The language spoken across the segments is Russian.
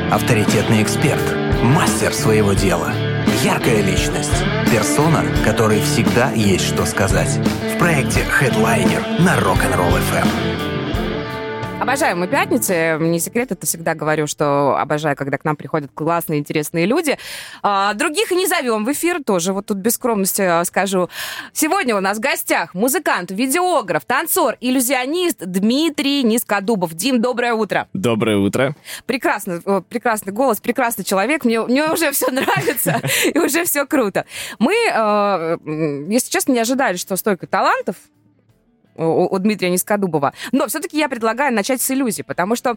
Авторитетный эксперт, мастер своего дела, яркая личность, персона, которой всегда есть что сказать. В проекте Headliner на Rock'n'Roll FM. Обожаем мы пятницы. Не секрет, это всегда говорю, что обожаю, когда к нам приходят классные, интересные люди. Других и не зовем в эфир, тоже вот тут без скромности скажу. Сегодня у нас в гостях музыкант, видеограф, танцор, иллюзионист Дмитрий Низкодубов. Дим, доброе утро. Доброе утро. Прекрасный голос, прекрасный человек. Мне уже все нравится, и уже все круто. Мы, если честно, не ожидали, что столько талантов у Дмитрия Низкодубова. Но все-таки я предлагаю начать с иллюзий, потому что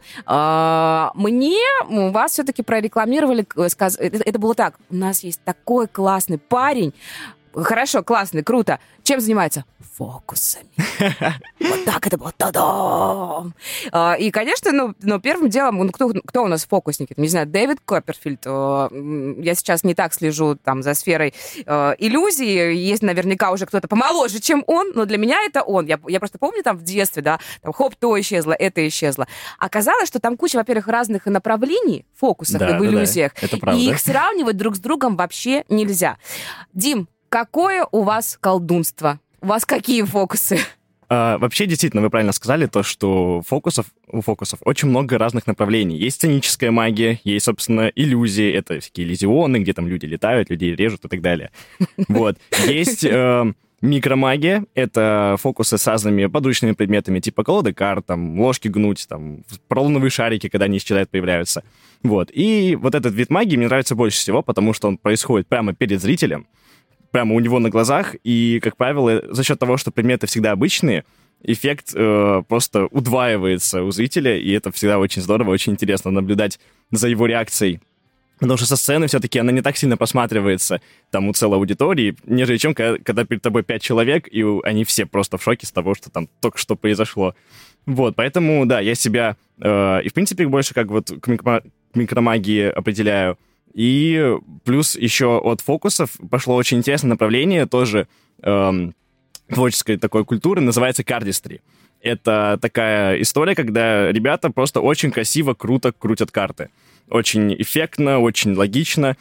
мне вас все-таки прорекламировали, это было так: у нас есть такой классный парень, хорошо, классный, круто. Чем занимается? Фокусами. Вот так это было. Та-дам! И, конечно, первым делом, кто у нас фокусники? Не знаю, Дэвид Копперфильд. Я сейчас не так слежу там за сферой иллюзий. Есть наверняка уже кто-то помоложе, чем он, но для меня это он. Я просто помню там в детстве, да, там хоп, то исчезло, это исчезло. Оказалось, что там куча, во-первых, разных направлений в фокусах и в иллюзиях. Это правда. И их сравнивать друг с другом вообще нельзя. Дим, какое у вас колдунство? У вас какие фокусы? Вообще, действительно, вы правильно сказали, то, что у фокусов очень много разных направлений. Есть сценическая магия, есть, собственно, иллюзии, это всякие иллюзионы, где там люди летают, людей режут и так далее. Вот. Есть микромагия, это фокусы с разными подручными предметами, типа колоды карт, там, ложки гнуть, там, поролоновые шарики, когда они исчезают, появляются. Вот. И вот этот вид магии мне нравится больше всего, потому что он происходит прямо перед зрителем, прямо у него на глазах, и, как правило, за счет того, что предметы всегда обычные, эффект просто удваивается у зрителя, и это всегда очень здорово, очень интересно наблюдать за его реакцией. Потому что со сцены все-таки она не так сильно просматривается там у целой аудитории, нежели чем когда перед тобой 5 человек, и они все просто в шоке с того, что там только что произошло. Вот, поэтому, да, я себя и, в принципе, больше как вот к микромагии определяю. И плюс еще от фокусов пошло очень интересное направление тоже творческой такой культуры, называется кардистри. Это такая история, когда ребята просто очень красиво, круто крутят карты. Очень эффектно, очень логично.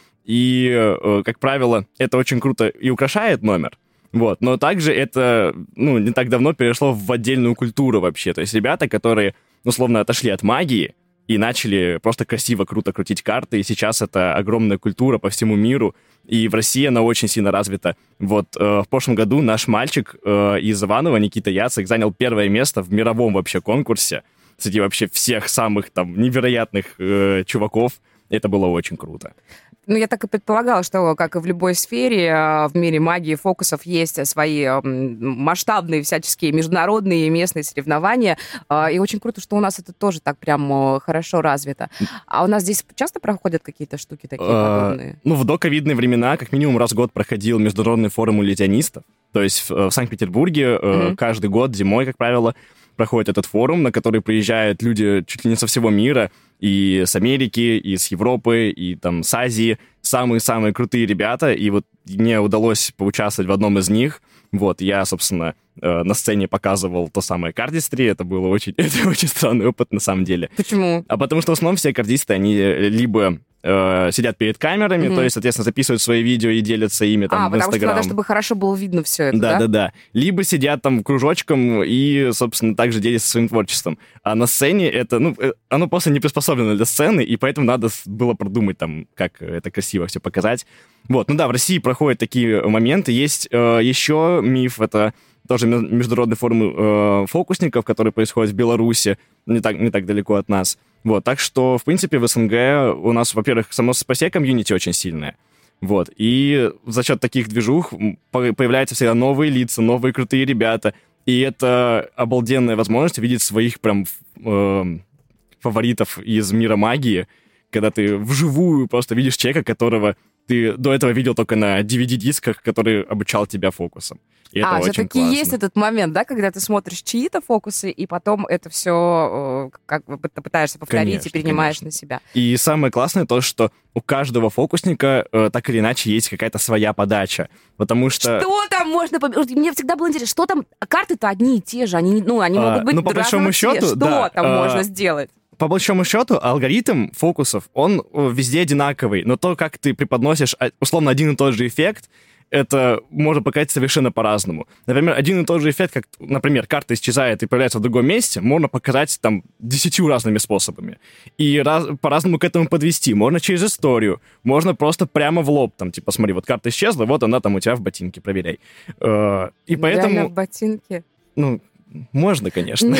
И, как правило, это очень круто и украшает номер. Вот. Но также это, не так давно перешло в отдельную культуру вообще. То есть ребята, которые, условно, отошли от магии, и начали просто красиво, круто крутить карты, и сейчас это огромная культура по всему миру, и в России она очень сильно развита. Вот в прошлом году наш мальчик из Иванова, Никита Яцек, занял первое место в мировом вообще конкурсе среди вообще всех самых там невероятных чуваков. Это было очень круто. Я так и предполагала, что, как и в любой сфере, в мире магии, фокусов есть свои масштабные всяческие международные и местные соревнования. И очень круто, что у нас это тоже так прям хорошо развито. А у нас здесь часто проходят какие-то штуки такие подобные? В доковидные времена как минимум раз в год проходил международный форум иллюзионистов. То есть в Санкт-Петербурге каждый год зимой, как правило, проходит этот форум, на который приезжают люди чуть ли не со всего мира, и с Америки, и с Европы, и там с Азии, самые-самые крутые ребята, и вот мне удалось поучаствовать в одном из них. Вот, я, собственно, на сцене показывал то самое кардистри, это очень странный опыт на самом деле. Почему? Потому что в основном все кардисты, они либо сидят перед камерами, то есть, соответственно, записывают свои видео и делятся ими там в Инстаграм. Потому что надо, чтобы хорошо было видно все это, да? Да. Либо сидят там кружочком и, собственно, также делятся своим творчеством. А на сцене это, оно просто не приспособлено для сцены, и поэтому надо было продумать там, как это красиво все показать. Вот, в России проходят такие моменты. Есть еще миф, это тоже международный форум фокусников, который происходит в Беларуси, не так далеко от нас. Вот, так что, в принципе, в СНГ у нас, во-первых, само по себе комьюнити очень сильное. Вот, и за счет таких движух появляются всегда новые лица, новые крутые ребята, и это обалденная возможность видеть своих прям фаворитов из мира магии, когда ты вживую просто видишь человека, которого ты до этого видел только на DVD-дисках, который обучал тебя фокусам. И это очень все-таки классно. есть этот момент, да, когда ты смотришь чьи-то фокусы, и потом это все как бы ты пытаешься повторить и перенимаешь на себя. И самое классное то, что у каждого фокусника так или иначе есть какая-то своя подача, потому что... Что там можно... Мне всегда было интересно, что там... Карты-то одни и те же, они могут быть по большому счету, Что там можно сделать? по большому счету, алгоритм фокусов, он везде одинаковый, но то, как ты преподносишь, условно, один и тот же эффект, это можно показать совершенно по-разному. Например, один и тот же эффект, как, например, карта исчезает и появляется в другом месте, можно показать там 10 разными способами. И по-разному к этому подвести. Можно через историю, можно просто прямо в лоб, там, типа, смотри, вот карта исчезла, вот она там у тебя в ботинке, проверяй. И поэтому... Реально в ботинке? Ну, можно, конечно,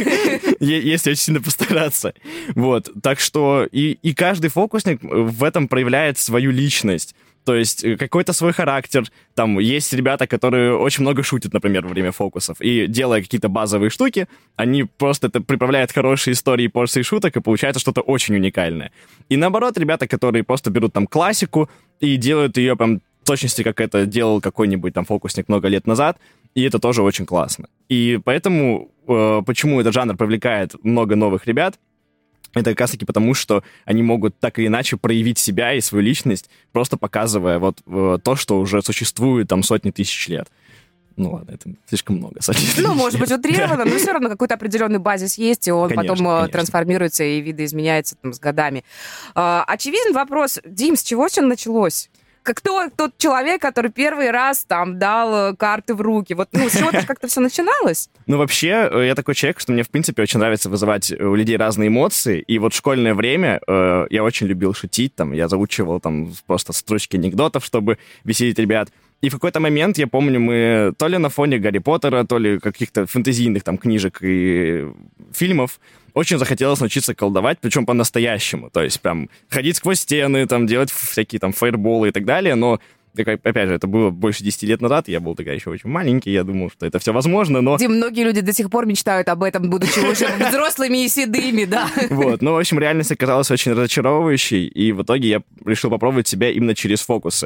если очень сильно постараться. Вот, так что и каждый фокусник в этом проявляет свою личность. То есть какой-то свой характер. Там есть ребята, которые очень много шутят, например, во время фокусов. И делая какие-то базовые штуки, они просто это приправляют хорошие истории, порции шуток, и получается что-то очень уникальное. И наоборот, ребята, которые просто берут там классику и делают ее прям в точности, как это делал какой-нибудь там фокусник много лет назад, и это тоже очень классно. И поэтому, почему этот жанр привлекает много новых ребят, это как раз-таки потому, что они могут так или иначе проявить себя и свою личность, просто показывая вот то, что уже существует там сотни тысяч лет. Ну ладно, это слишком много. Ну, может быть, утрированно, но все равно какой-то определенный базис есть, и он потом трансформируется и видоизменяется там с годами. Очевиден вопрос, Дим, с чего все началось? Кто тот человек, который первый раз там дал карты в руки? Вот, с чего-то как-то все начиналось? Ну, вообще, я такой человек, что мне, в принципе, очень нравится вызывать у людей разные эмоции. И вот в школьное время я очень любил шутить, там, я заучивал там просто строчки анекдотов, чтобы веселить ребят. И в какой-то момент, я помню, мы то ли на фоне Гарри Поттера, то ли каких-то фэнтезийных там книжек и фильмов очень захотелось научиться колдовать, причем по-настоящему. То есть прям ходить сквозь стены, там, делать всякие там фаерболы и так далее, но опять же, это было больше 10 лет назад, я был тогда еще очень маленький, я думал, что это все возможно, но... Дим, многие люди до сих пор мечтают об этом, будучи уже взрослыми и седыми, да. Вот, ну, в общем, реальность оказалась очень разочаровывающей, и в итоге я решил попробовать себя именно через фокусы.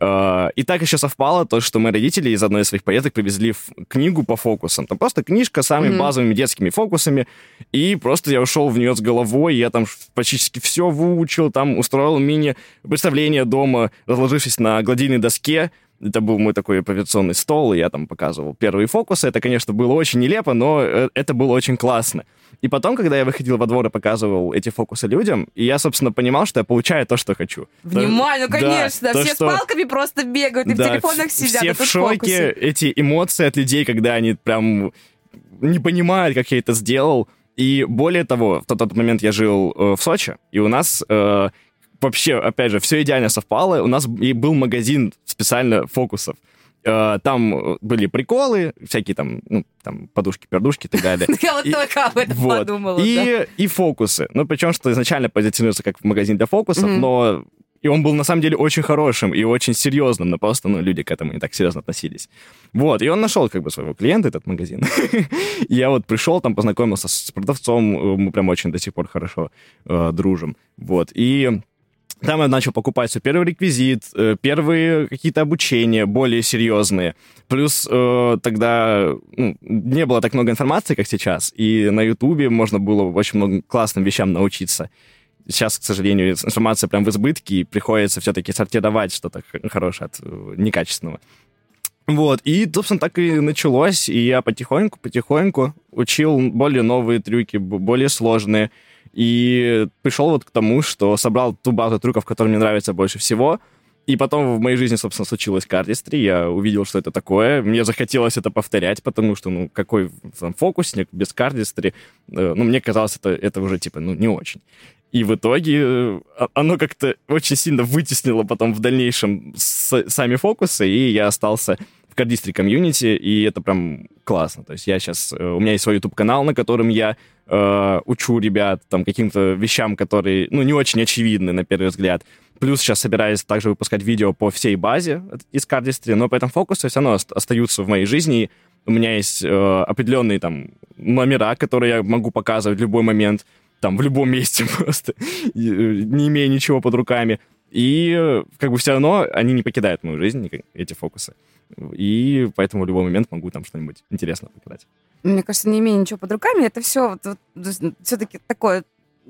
И так еще совпало то, что мои родители из одной из своих поездок привезли книгу по фокусам. Там просто книжка с самыми базовыми детскими фокусами, и просто я ушел в нее с головой, я там практически все выучил, там устроил мини-представление дома, разложившись на гладильной доске. Это был мой такой операционный стол, и я там показывал первые фокусы. Это, конечно, было очень нелепо, но это было очень классно. И потом, когда я выходил во двор и показывал эти фокусы людям, и я, собственно, понимал, что я получаю то, что хочу. Внимание, конечно! Да, все с палками просто бегают и в телефонах сидят. Все в шоке, эти эмоции от людей, когда они прям не понимают, как я это сделал. И более того, в тот момент я жил в Сочи, и у нас... Вообще, опять же, все идеально совпало. У нас и был магазин специально фокусов. Там были приколы, всякие там, там подушки-пердушки и так далее. Я вот только об этом подумала. И фокусы. Ну, причем, что изначально позиционируется как магазин для фокусов, но... И он был, на самом деле, очень хорошим и очень серьезным, но просто, люди к этому не так серьезно относились. Вот, и он нашел, своего клиента, этот магазин. Я вот пришел, там познакомился с продавцом, мы прям очень до сих пор хорошо дружим. Вот, и... Там я начал покупать свой первый реквизит, первые какие-то обучения более серьезные. Плюс тогда не было так много информации, как сейчас, и на Ютубе можно было очень много классным вещам научиться. Сейчас, к сожалению, информация прям в избытке, и приходится все-таки сортировать что-то хорошее от некачественного. Вот, и, собственно, так и началось, и я потихоньку учил более новые трюки, более сложные, и пришел вот к тому, что собрал ту базу трюков, которые мне нравятся больше всего. И потом в моей жизни, собственно, случилось кардистри. Я увидел, что это такое. Мне захотелось это повторять, потому что, какой там фокусник без кардистри? Мне казалось, это уже, не очень. И в итоге оно как-то очень сильно вытеснило потом в дальнейшем сами фокусы, и я остался в кардистри комьюнити, и это прям классно. То есть я сейчас... У меня есть свой YouTube-канал, на котором я учу ребят там каким-то вещам, которые, не очень очевидны на первый взгляд. Плюс сейчас собираюсь также выпускать видео по всей базе из кардистри, но при этом фокусы все равно остаются в моей жизни. У меня есть определенные там номера, которые я могу показывать в любой момент, там, в любом месте просто, не имея ничего под руками. И все равно они не покидают мою жизнь, эти фокусы. И поэтому в любой момент могу там что-нибудь интересное показать. Мне кажется, не имея ничего под руками, это все все-таки такой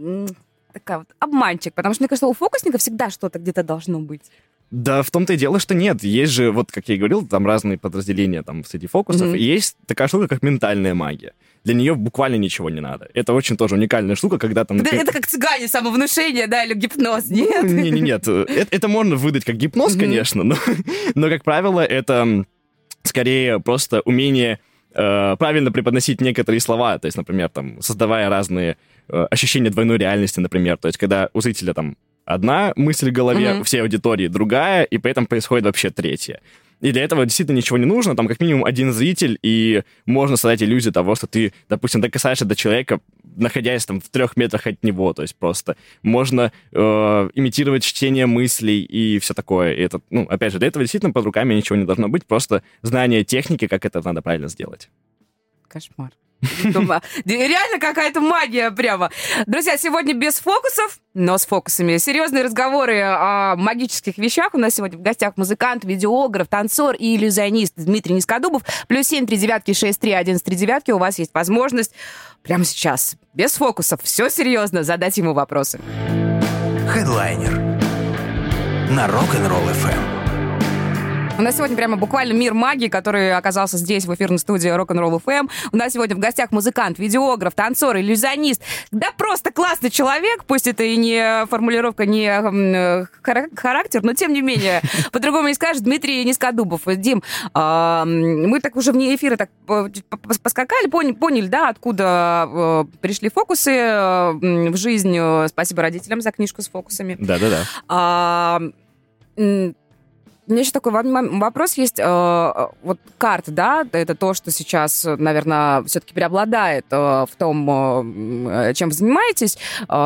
обманчик. Потому что, мне кажется, у фокусника всегда что-то где-то должно быть. Да, в том-то и дело, что нет. Есть же, вот как я и говорил, там разные подразделения там среди фокусов. И есть такая штука, как ментальная магия. для нее буквально ничего не надо. Это очень тоже уникальная штука, когда там... Это как цыгане, самовнушение, да, или гипноз, нет? Нет. Это можно выдать как гипноз, конечно, но, как правило, это скорее просто умение правильно преподносить некоторые слова, то есть, например, там, создавая разные ощущения двойной реальности, например, то есть, когда у зрителя там одна мысль в голове, всей аудитории другая, и при этом происходит вообще третья. И для этого действительно ничего не нужно, там как минимум один зритель, и можно создать иллюзию того, что ты, допустим, докасаешься до человека, находясь там в 3 метрах от него, то есть просто можно имитировать чтение мыслей и все такое. И это, опять же, для этого действительно под руками ничего не должно быть, просто знание техники, как это надо правильно сделать. Кошмар. Реально какая-то магия прямо. Друзья, сегодня без фокусов, но с фокусами. Серьезные разговоры о магических вещах. У нас сегодня в гостях музыкант, видеограф, танцор и иллюзионист Дмитрий Низкодубов. +7 3 6 3 11 3 9. У вас есть возможность прямо сейчас, без фокусов, все серьезно, задать ему вопросы. Хедлайнер на Rock'n'Roll FM. У нас сегодня прямо буквально мир магии, который оказался здесь, в эфирной студии Rock'n'Roll FM. У нас сегодня в гостях музыкант, видеограф, танцор, иллюзионист. Да просто классный человек, пусть это и не формулировка, не характер, но тем не менее, по-другому не скажешь, Дмитрий Низкодубов. Дим, мы так уже вне эфира так поскакали, поняли, да, откуда пришли фокусы в жизнь. Спасибо родителям за книжку с фокусами. Да-да-да. У меня еще такой вопрос есть. Вот карты, да, это то, что сейчас, наверное, все-таки преобладает в том, чем вы занимаетесь.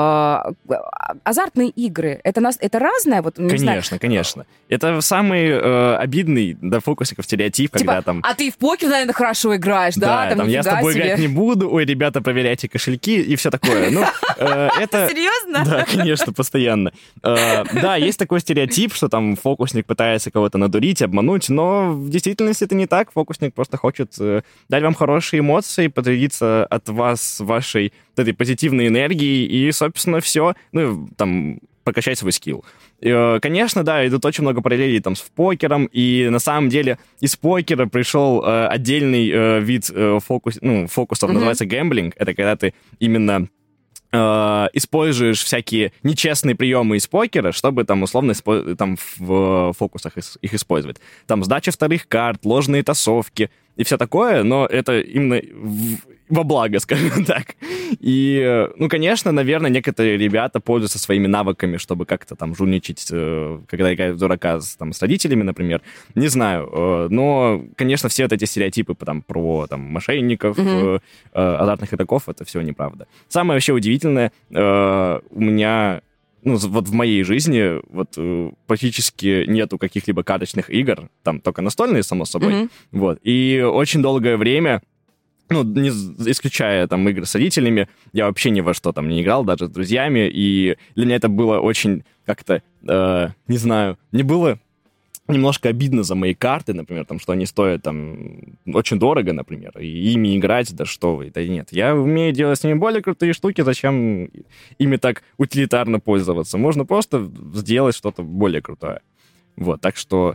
Азартные игры, это разное? Вот, Конечно. Это самый обидный для фокусников стереотип, типа, когда там... А ты в покер, наверное, хорошо играешь, да? Да, там я с тобой играть не буду, ой, ребята, проверяйте кошельки и все такое. Это... Серьезно? Да, конечно, постоянно. Да, есть такой стереотип, что там фокусник пытается кого-то надурить, обмануть, но в действительности это не так. Фокусник просто хочет дать вам хорошие эмоции, поделиться от вас вашей этой позитивной энергией и, собственно, все, там, прокачать свой скилл. Конечно, да, идут очень много параллелей там с покером, и на самом деле из покера пришел отдельный вид фокусов, называется гэмблинг. Это когда ты именно используешь всякие нечестные приемы из покера, чтобы там условно там в фокусах их использовать. Там сдача вторых карт, ложные тасовки и все такое, но это именно во благо, скажем так. И, конечно, наверное, некоторые ребята пользуются своими навыками, чтобы как-то там жульничать, когда играют в дурака с родителями, например. Не знаю, но, конечно, все вот эти стереотипы про мошенников, азартных игроков, это все неправда. Самое вообще удивительное, у меня... вот в моей жизни практически нету каких-либо карточных игр, там только настольные, само собой. И очень долгое время, не исключая там игры с родителями, я вообще ни во что там не играл, даже с друзьями, и для меня это было очень как-то, не знаю, мне было немножко обидно за мои карты, например, там, что они стоят там очень дорого, например, и ими играть, да что вы, да нет. Я умею делать с ними более крутые штуки, зачем ими так утилитарно пользоваться? Можно просто сделать что-то более крутое. Так что...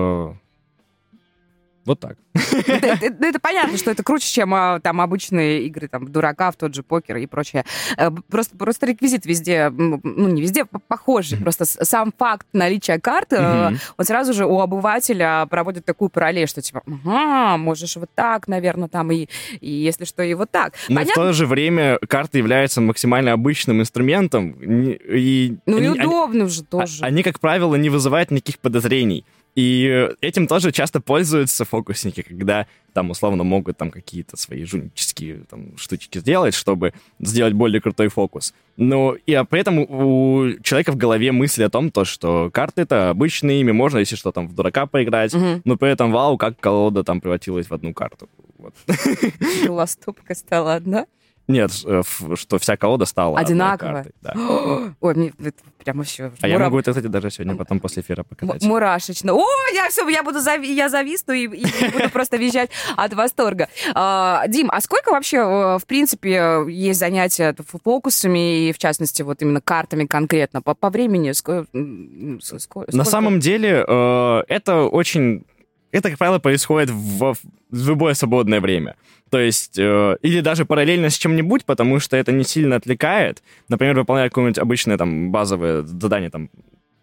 Вот так. Это понятно, что это круче, чем там обычные игры, там, в дурака, в тот же покер и прочее. Просто реквизит везде, не везде, похожий. Просто сам факт наличия карты, он сразу же у обывателя проводит такую параллель, что типа, можешь вот так, наверное, там, и если что, и вот так. Но в то же время карта является максимально обычным инструментом. И удобным же тоже. Они, как правило, не вызывают никаких подозрений. И этим тоже часто пользуются фокусники, когда там условно могут там какие-то свои жульнические там штучки сделать, чтобы сделать более крутой фокус. И при этом у человека в голове мысль о том, что карты это обычные, ими можно, если что, там в дурака поиграть, но при этом вау, как колода там превратилась в одну карту. Ластопка стала одна? Нет, что вся колода стала одинаково. Да. Ой, мне это прямо все... Я могу это, кстати, даже сегодня потом после эфира показать. Мурашечно. О, я зависну и буду просто визжать от восторга. Дим, а сколько вообще, в принципе, есть занятия фокусами и, в частности, вот именно картами конкретно? По времени сколько? На самом деле, это очень... это, как правило, происходит в любое свободное время. То есть, или даже параллельно с чем-нибудь, потому что это не сильно отвлекает. Например, выполняя какое-нибудь обычное там базовое задание там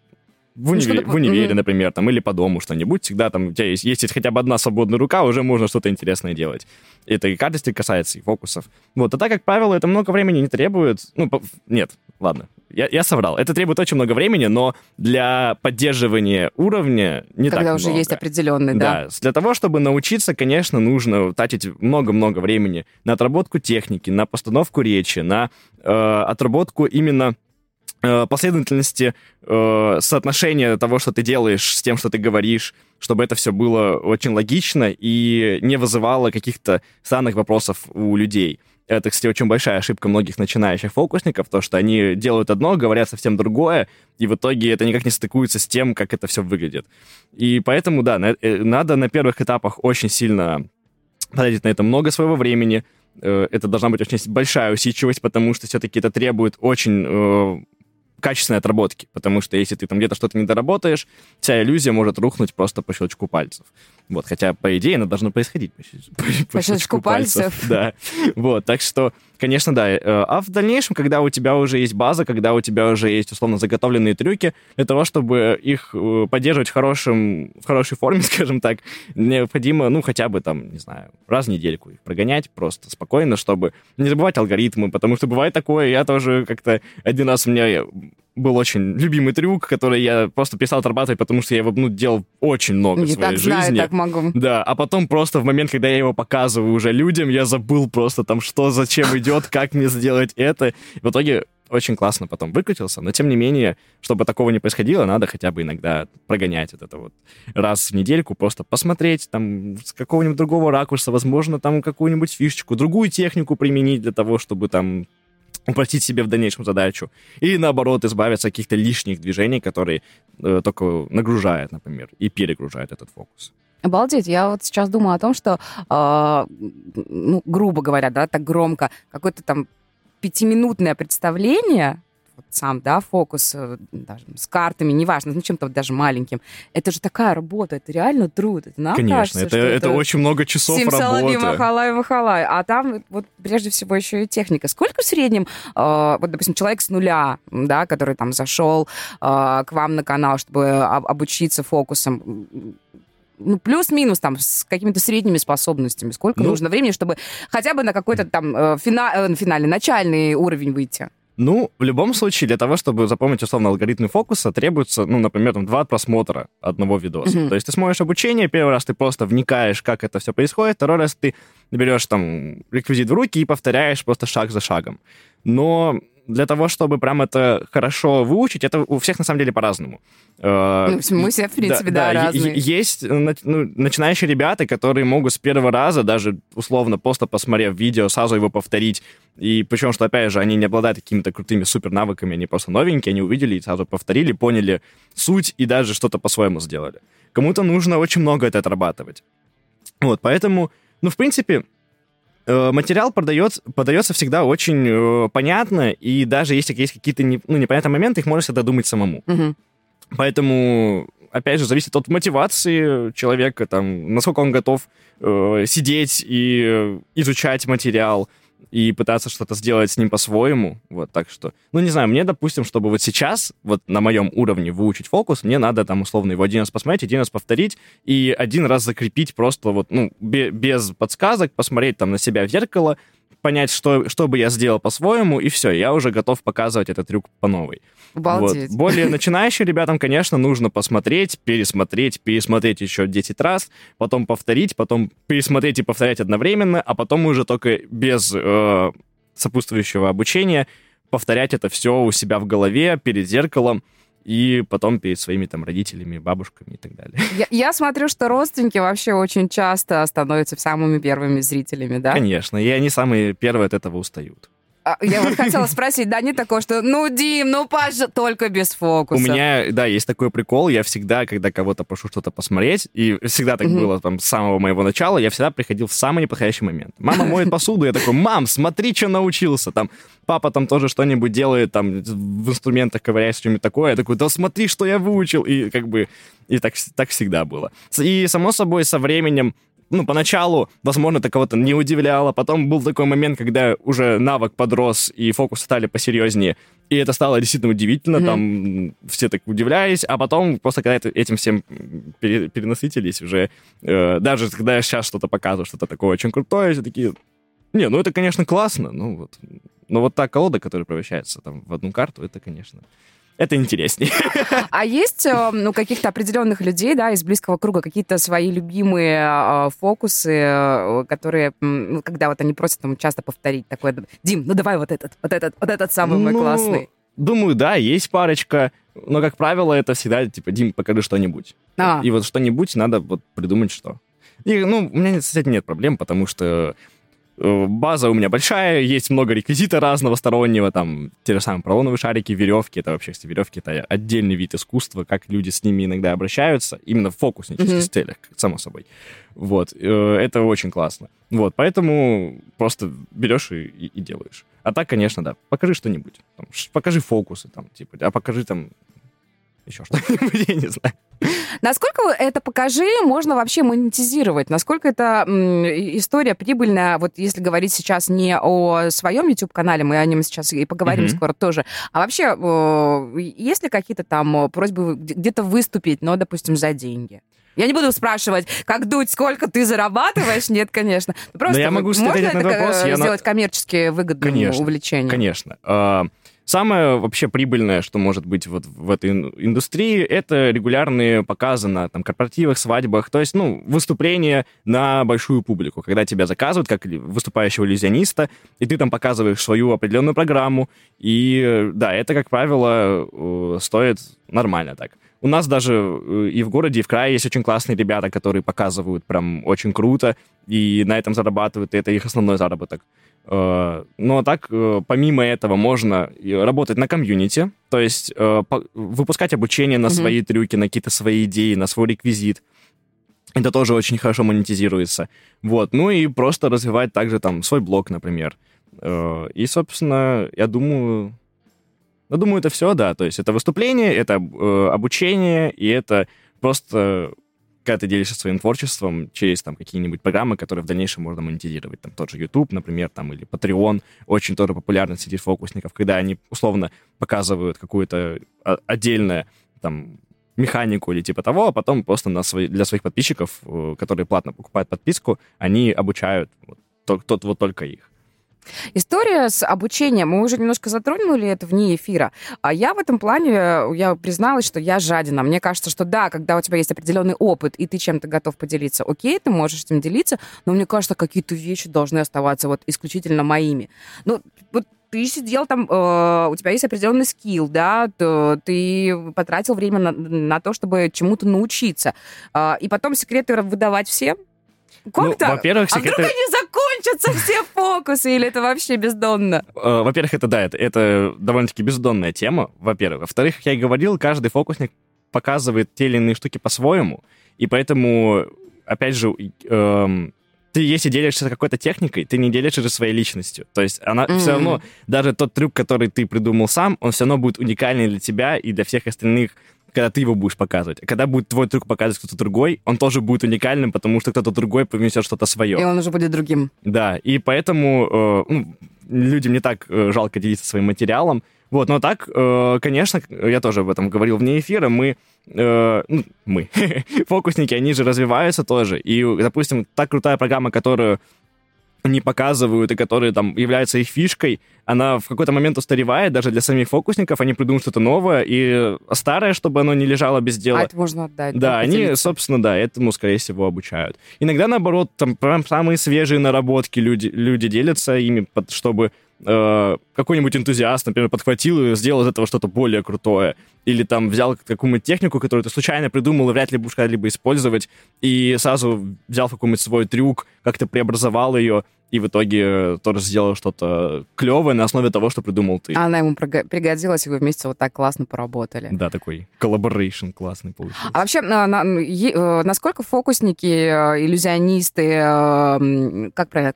в универе, например, там, или по дому что-нибудь, всегда там у тебя есть хотя бы одна свободная рука, уже можно что-то интересное делать. Это и карточки касается, и фокусов. Вот, а так, как правило, это много времени не требует. Ну, нет, ладно, я соврал. Это требует очень много времени, но для поддерживания уровня не так много. Когда уже есть определенный, да? Да, для того, чтобы научиться, конечно, нужно тратить много-много времени на отработку техники, на постановку речи, на отработку именно последовательности соотношения того, что ты делаешь, с тем, что ты говоришь, чтобы это все было очень логично и не вызывало каких-то странных вопросов у людей. Это, кстати, очень большая ошибка многих начинающих фокусников, то, что они делают одно, говорят совсем другое, и в итоге это никак не стыкуется с тем, как это все выглядит. И поэтому, да, надо на первых этапах очень сильно потратить на это много своего времени. Это должна быть очень большая усидчивость, потому что все-таки это требует очень качественной отработки, потому что если ты там где-то что-то не доработаешь, вся иллюзия может рухнуть просто по щелчку пальцев. Вот, хотя, по идее, это должно происходить по щелчку пальцев. Да, вот, так что, конечно, да. А в дальнейшем, когда у тебя уже есть база, когда у тебя уже есть, условно, заготовленные трюки, для того, чтобы их поддерживать в хорошей форме, скажем так, необходимо, ну, хотя бы там, не знаю, раз в недельку их прогонять просто спокойно, чтобы не забывать алгоритмы, потому что бывает такое, я тоже как-то один раз у меня был очень любимый трюк, который я просто перестал отрабатывать, потому что я его делал очень много в своей жизни. Знаю, так могу. Да, а потом просто в момент, когда я его показываю уже людям, я забыл просто там, что, зачем идет, как мне сделать это. И в итоге очень классно потом выкрутился, но тем не менее, чтобы такого не происходило, надо хотя бы иногда прогонять вот это вот раз в недельку, просто посмотреть там с какого-нибудь другого ракурса, возможно, там какую-нибудь фишечку, другую технику применить для того, чтобы там упростить себе в дальнейшем задачу. Или, наоборот, избавиться от каких-то лишних движений, которые только нагружают, например, и перегружают этот фокус. Обалдеть, я вот сейчас думаю о том, что, ну, грубо говоря, да, так громко, какое-то там 5-минутное представление, вот сам, да, фокус, даже с картами, неважно, ну, чем-то даже маленьким, это же такая работа, это реально труд, это нам конечно, кажется, это очень много часов работы. Махалай. А там вот прежде всего еще и техника. Сколько в среднем, вот, допустим, человек с нуля, да, который там зашел к вам на канал, чтобы обучиться фокусам, ну, плюс-минус там с какими-то средними способностями, сколько нужно времени, чтобы хотя бы на какой-то там финальный, начальный уровень выйти? Ну, в любом случае, для того, чтобы запомнить, условно, алгоритмы фокуса, требуется, ну, например, там, 2 просмотра одного видоса. То есть ты смотришь обучение, первый раз ты просто вникаешь, как это все происходит, второй раз ты берешь там реквизит в руки и повторяешь просто шаг за шагом. Но для того, чтобы прям это хорошо выучить, это у всех, на самом деле, по-разному. Ну, мы все, в принципе, да, разные. Есть начинающие ребята, которые могут с первого раза, даже, условно, просто посмотрев видео, сразу его повторить. И причем, что, опять же, они не обладают какими-то крутыми супер навыками, они просто новенькие, они увидели и сразу повторили, поняли суть и даже что-то по-своему сделали. Кому-то нужно очень много это отрабатывать. Вот, поэтому, ну, в принципе, материал подается всегда очень понятно, и даже если есть какие-то непонятные моменты, их можно всегда думать самому. Поэтому, опять же, зависит от мотивации человека, там, насколько он готов сидеть и изучать материал, и пытаться что-то сделать с ним по-своему. Вот, так что, ну, не знаю, мне, допустим, чтобы вот сейчас, вот на моем уровне выучить фокус, мне надо там, условно, его один раз посмотреть, один раз повторить, и один раз закрепить просто вот, ну, без подсказок, посмотреть там на себя в зеркало, понять, что бы я сделал по-своему, и все, я уже готов показывать этот трюк по новой. Обалдеть. Вот. Более начинающим ребятам, конечно, нужно посмотреть, пересмотреть еще 10 раз, потом повторить, потом пересмотреть и повторять одновременно, а потом уже только без сопутствующего обучения повторять это все у себя в голове, перед зеркалом, и потом перед своими там родителями, бабушками и так далее. Я смотрю, что родственники вообще очень часто становятся самыми первыми зрителями, да? Конечно, и они самые первые от этого устают. Я вот хотела спросить, да, не такое, что, ну, Дим, ну, Паша, только без фокуса. У меня, да, есть такой прикол, я всегда, когда кого-то прошу что-то посмотреть, и всегда так было там с самого моего начала, я всегда приходил в самый неподходящий момент. Мама моет посуду, я такой, мам, смотри, что научился, там, папа там тоже что-нибудь делает, там, в инструментах ковыряется, что-нибудь такое, я такой, да смотри, что я выучил, и как бы, и так всегда было. И, само собой, со временем, ну, поначалу, возможно, это кого-то не удивляло, потом был такой момент, когда уже навык подрос, и фокусы стали посерьезнее, и это стало действительно удивительно, там все так удивлялись, а потом, просто когда этим всем перенасытились уже, даже когда я сейчас что-то показываю, что-то такое очень крутое, все такие, не, ну это, конечно, классно, ну вот, но вот та колода, которая превращается там в одну карту, это, конечно... Это интереснее. А есть у каких-то определенных людей, да, из близкого круга какие-то свои любимые фокусы, которые, когда вот они просят там часто повторить, такое, Дим, ну давай вот этот самый мой классный. Думаю, да, есть парочка, но, как правило, это всегда, типа, Дим, покажи что-нибудь. И вот что-нибудь надо вот придумать, что. И, ну, у меня с этим нет проблем, потому что база у меня большая, есть много реквизита разного стороннего, там, те же самые поролоновые шарики, веревки, это вообще, веревки — это отдельный вид искусства, как люди с ними иногда обращаются, именно в фокуснических целях, само собой. Вот, это очень классно. Вот, поэтому просто берешь и делаешь. А так, конечно, да, покажи что-нибудь, там, покажи фокусы, там, типа, а покажи там еще что-нибудь, я не знаю. Насколько это «покажи» можно вообще монетизировать? Насколько это история прибыльная, вот если говорить сейчас не о своем YouTube-канале, мы о нем сейчас и поговорим скоро тоже, а вообще есть ли какие-то там просьбы где-то выступить, но, допустим, за деньги? Я не буду спрашивать, как Дудь, сколько ты зарабатываешь. Нет, конечно. Просто я могу можно это вопрос, сделать коммерчески выгодным увлечением? Конечно. Самое вообще прибыльное, что может быть вот в этой индустрии, это регулярные показы на там, корпоративах, свадьбах, то есть, ну, выступления на большую публику, когда тебя заказывают как выступающего иллюзиониста, и ты там показываешь свою определенную программу, и да, это, как правило, стоит нормально так. У нас даже и в городе, и в крае есть очень классные ребята, которые показывают прям очень круто, и на этом зарабатывают, и это их основной заработок. Но так, помимо этого, можно работать на комьюнити, то есть выпускать обучение на свои трюки, на какие-то свои идеи, на свой реквизит. Это тоже очень хорошо монетизируется. Вот. Ну и просто развивать также там свой блог, например. И, собственно, я думаю, это все, да. То есть это выступление, это обучение, и это просто... когда ты делишься своим творчеством через там какие-нибудь программы, которые в дальнейшем можно монетизировать. Там тот же YouTube, например, там, или Patreon, очень тоже популярный среди фокусников, когда они условно показывают какую-то отдельную там механику или типа того, а потом просто для своих подписчиков, которые платно покупают подписку, они обучают только их. История с обучением, мы уже немножко затронули это вне эфира. А я в этом плане, я призналась, что я жадина. Мне кажется, что да, когда у тебя есть определенный опыт, и ты чем-то готов поделиться, окей, ты можешь этим делиться, но мне кажется, какие-то вещи должны оставаться вот исключительно моими. Ну, вот ты сидел там, у тебя есть определенный скилл, да, ты потратил время на то, чтобы чему-то научиться. И потом секреты выдавать всем? Как так? Во-первых, секреты... А вдруг они закончатся все фокусы, или это вообще бездонно? Во-первых, это довольно-таки бездонная тема, во-первых. Во-вторых, как я и говорил, каждый фокусник показывает те или иные штуки по-своему, и поэтому, опять же, ты, если делишься какой-то техникой, ты не делишься же своей личностью. То есть она все равно, даже тот трюк, который ты придумал сам, он все равно будет уникальный для тебя и для всех остальных, когда ты его будешь показывать. А когда будет твой трюк показывать кто-то другой, он тоже будет уникальным, потому что кто-то другой принесет что-то свое. И он уже будет другим. Да, и поэтому людям не так жалко делиться своим материалом. Вот, но так, конечно, я тоже об этом говорил вне эфира, мы, фокусники, они же развиваются тоже. И, допустим, та крутая программа, которую не показывают и которые там являются их фишкой, она в какой-то момент устаревает даже для самих фокусников, они придумают что-то новое, и старое, чтобы оно не лежало без дела. А это можно отдать. Да, они, собственно, да, этому, скорее всего, обучают. Иногда, наоборот, там прям самые свежие наработки люди делятся ими, чтобы какой-нибудь энтузиаст, например, подхватил и сделал из этого что-то более крутое. Или там взял какую-нибудь технику, которую ты случайно придумал и вряд ли будешь когда-либо использовать, и сразу взял какой-нибудь свой трюк, как-то преобразовал ее, и в итоге тоже сделал что-то клевое на основе того, что придумал ты. Она ему пригодилась, и вы вместе вот так классно поработали. Да, такой collaboration классный получился. А вообще, насколько фокусники, иллюзионисты, как правильно,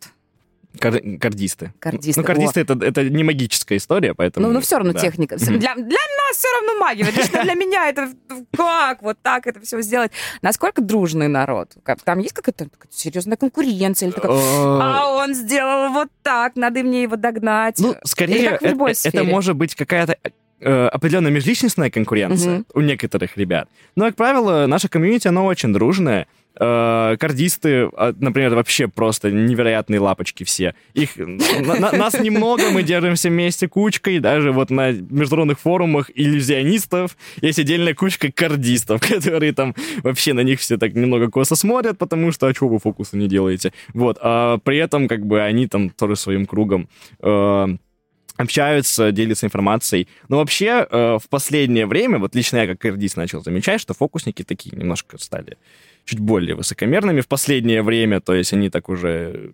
Кардисты. Кардисты. Кардисты это не магическая история, поэтому... Ну, все равно техника. Для нас все равно магия. Лично для меня это как вот так это все сделать. Насколько дружный народ? Там есть какая-то серьезная конкуренция? Или такая, он сделал вот так, надо мне его догнать. Ну, скорее, это может быть какая-то определенная межличностная конкуренция у некоторых ребят. Но, как правило, наша комьюнити, оно очень дружное. Кардисты, например, вообще просто невероятные лапочки все. Нас немного, мы держимся вместе кучкой, даже вот на международных форумах иллюзионистов есть отдельная кучка кардистов, которые там вообще на них все так немного косо смотрят, потому что, а чего вы фокусы не делаете? Вот, а при этом как бы они там тоже своим кругом общаются, делятся информацией. Но вообще в последнее время, вот лично я как кардист начал замечать, что фокусники такие немножко стали чуть более высокомерными в последнее время, то есть они так уже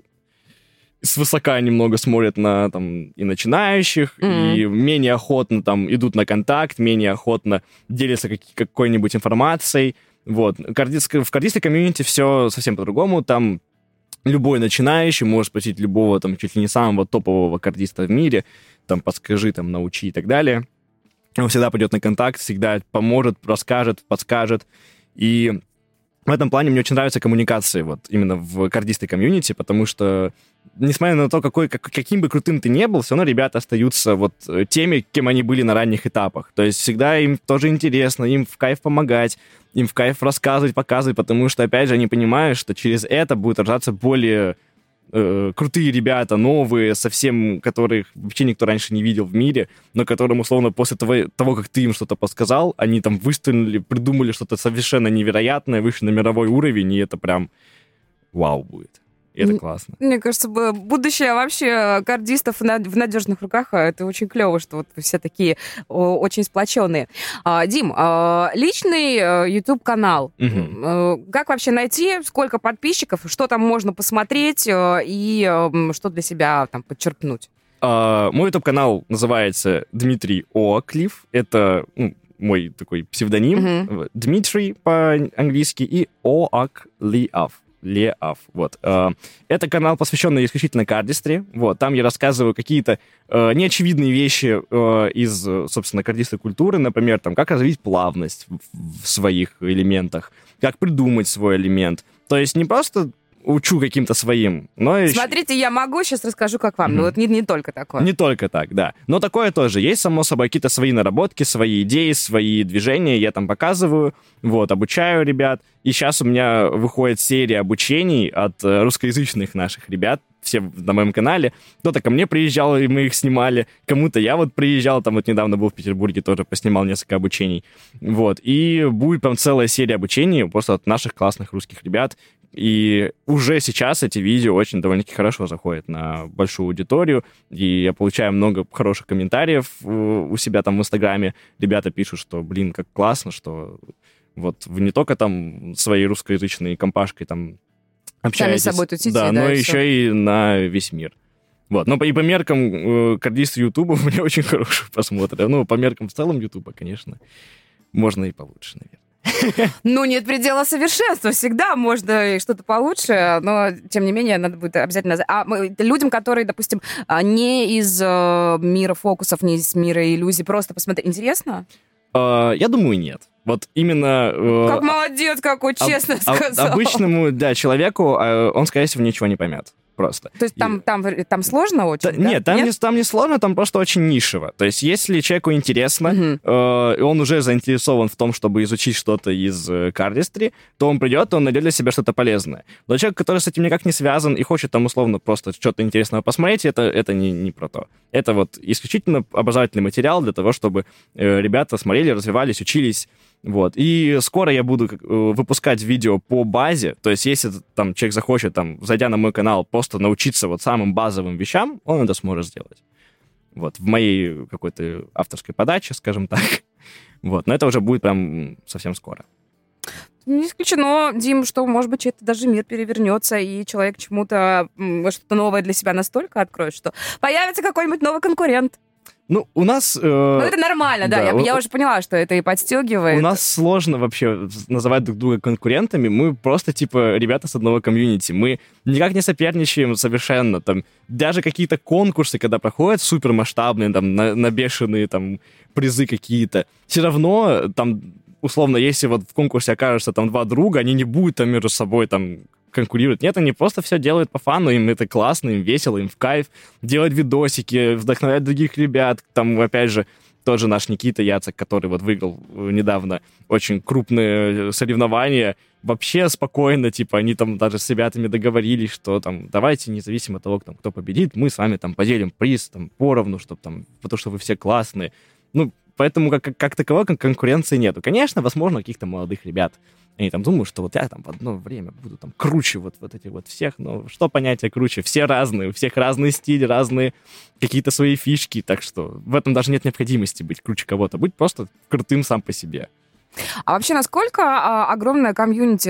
свысока немного смотрят на там и начинающих, и менее охотно там идут на контакт, менее охотно делятся какой-нибудь информацией. Вот. В кардистской комьюнити все совсем по-другому, там любой начинающий может спросить любого там чуть ли не самого топового кардиста в мире, там подскажи, там научи и так далее. Он всегда пойдет на контакт, всегда поможет, расскажет, подскажет. И в этом плане мне очень нравятся коммуникации вот именно в кардистской комьюнити, потому что, несмотря на то, каким бы крутым ты ни был, все равно ребята остаются вот теми, кем они были на ранних этапах. То есть всегда им тоже интересно, им в кайф помогать, им в кайф рассказывать, показывать, потому что, опять же, они понимают, что через это будут рождаться более крутые ребята, новые, совсем, которых вообще никто раньше не видел в мире, но которым, условно, после того, как ты им что-то подсказал, они там выстрелили, придумали что-то совершенно невероятное, вышли на мировой уровень, и это прям вау будет. И это классно. Мне кажется, будущее вообще кардистов в надежных руках. Это очень клево, что вот вы все такие очень сплоченные. Дим, личный YouTube-канал. Как вообще найти? Сколько подписчиков? Что там можно посмотреть? И что для себя там подчеркнуть? Мой YouTube-канал называется Дмитрий Оаклифф. Это мой такой псевдоним. Дмитрий по-английски и Оаклифф. Леав. Вот. Это канал, посвященный исключительно кардистре. Вот. Там я рассказываю какие-то неочевидные вещи из, собственно, кардистской культуры. Например, там, как развить плавность в своих элементах, как придумать свой элемент. То есть не просто учу каким-то своим, но и... Смотрите, я могу, сейчас расскажу, как вам. Но вот не только такое. Не только так, да. Но такое тоже есть, само собой, какие-то свои наработки, свои идеи, свои движения. Я там показываю, вот, обучаю ребят. И сейчас у меня выходит серия обучений от русскоязычных наших ребят, все на моем канале. Кто-то ко мне приезжал, и мы их снимали. Кому-то я вот приезжал, там вот недавно был в Петербурге, тоже поснимал несколько обучений. Вот. И будет прям целая серия обучений просто от наших классных русских ребят. И уже сейчас эти видео очень довольно-таки хорошо заходят на большую аудиторию, и я получаю много хороших комментариев у себя там в Инстаграме. Ребята пишут, что, блин, как классно, что вот вы не только там своей русскоязычной компашкой там общаетесь, сами собой тусите, да, но еще и на весь мир. Вот. Но и по меркам кардиста Ютуба у меня очень хорошие просмотры. Ну, по меркам в целом Ютуба, конечно, можно и получше, наверное. Ну, нет предела совершенства. Всегда можно что-то получше, но, тем не менее, надо будет обязательно... А людям, которые, допустим, не из мира фокусов, не из мира иллюзий, просто посмотреть, интересно? Я думаю, нет. Вот именно... Как молодец, какой, честно сказал. Обычному, да, человеку он, скорее всего, ничего не поймет. Просто. То есть там сложно очень, да? Нет, там не сложно, там просто очень нишево. То есть если человеку интересно, и он уже заинтересован в том, чтобы изучить что-то из кардистри, то он придет, и он найдет для себя что-то полезное. Но человек, который с этим никак не связан и хочет там условно просто что-то интересного посмотреть, это не про то. Это вот исключительно образовательный материал для того, чтобы ребята смотрели, развивались, учились Вот. И скоро я буду выпускать видео по базе. То есть, если там человек захочет, там, зайдя на мой канал, просто научиться вот самым базовым вещам, он это сможет сделать. Вот. В моей какой-то авторской подаче, скажем так. Вот. Но это уже будет прям совсем скоро. Не исключено, Дим, что, может быть, это даже мир перевернется, и человек чему-то что-то новое для себя настолько откроет, что появится какой-нибудь новый конкурент. Ну, у нас... Ну, это нормально, да. Я уже поняла, что это и подстегивает. У нас сложно вообще называть друг друга конкурентами. Мы просто, типа, ребята с одного комьюнити. Мы никак не соперничаем совершенно. Там, даже какие-то конкурсы, когда проходят супермасштабные, там, на бешеные там призы какие-то, все равно там... Условно, если вот в конкурсе окажется там два друга, они не будут там между собой там конкурировать. Нет, они просто все делают по фану, им это классно, им весело, им в кайф. Делать видосики, вдохновлять других ребят. Там, опять же, тоже наш Никита Яцек, который вот выиграл недавно очень крупные соревнования, вообще спокойно, типа, они там даже с ребятами договорились, что там, давайте, независимо от того, там, кто победит, мы с вами там поделим приз там поровну, чтобы там, потому что вы все классные. Ну, поэтому как таковой конкуренции нету. Конечно, возможно, каких-то молодых ребят. Они там думают, что вот я там в одно время буду там круче вот этих вот всех. Но что понятие круче? Все разные, у всех разный стиль, разные какие-то свои фишки. Так что в этом даже нет необходимости быть круче кого-то. Будь просто крутым сам по себе. А вообще, насколько огромная комьюнити,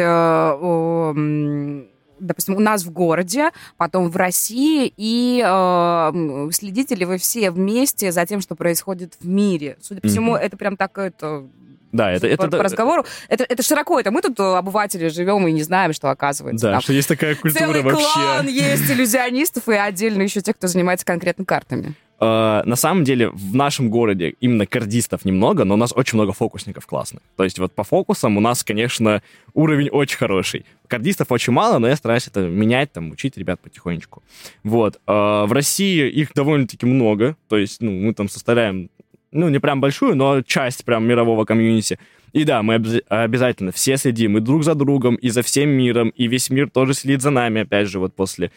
допустим, у нас в городе, потом в России, и следите ли вы все вместе за тем, что происходит в мире? Судя по всему, это прям так, это... Да, это по разговору. Это широко. Это мы тут, обыватели, живем и не знаем, что оказывается. Да, там что есть такая культура целый вообще. клан есть иллюзионистов, и отдельно еще те, кто занимается конкретно картами. На самом деле, в нашем городе именно кардистов немного, но у нас очень много фокусников классных. То есть вот по фокусам у нас, конечно, уровень очень хороший. Кардистов очень мало, но я стараюсь это менять, там, учить ребят потихонечку. Вот. В России их довольно-таки много. То есть, мы там составляем, не прям большую, но часть прям мирового комьюнити. И да, мы обязательно все следим и друг за другом, и за всем миром, и весь мир тоже следит за нами, опять же, вот после...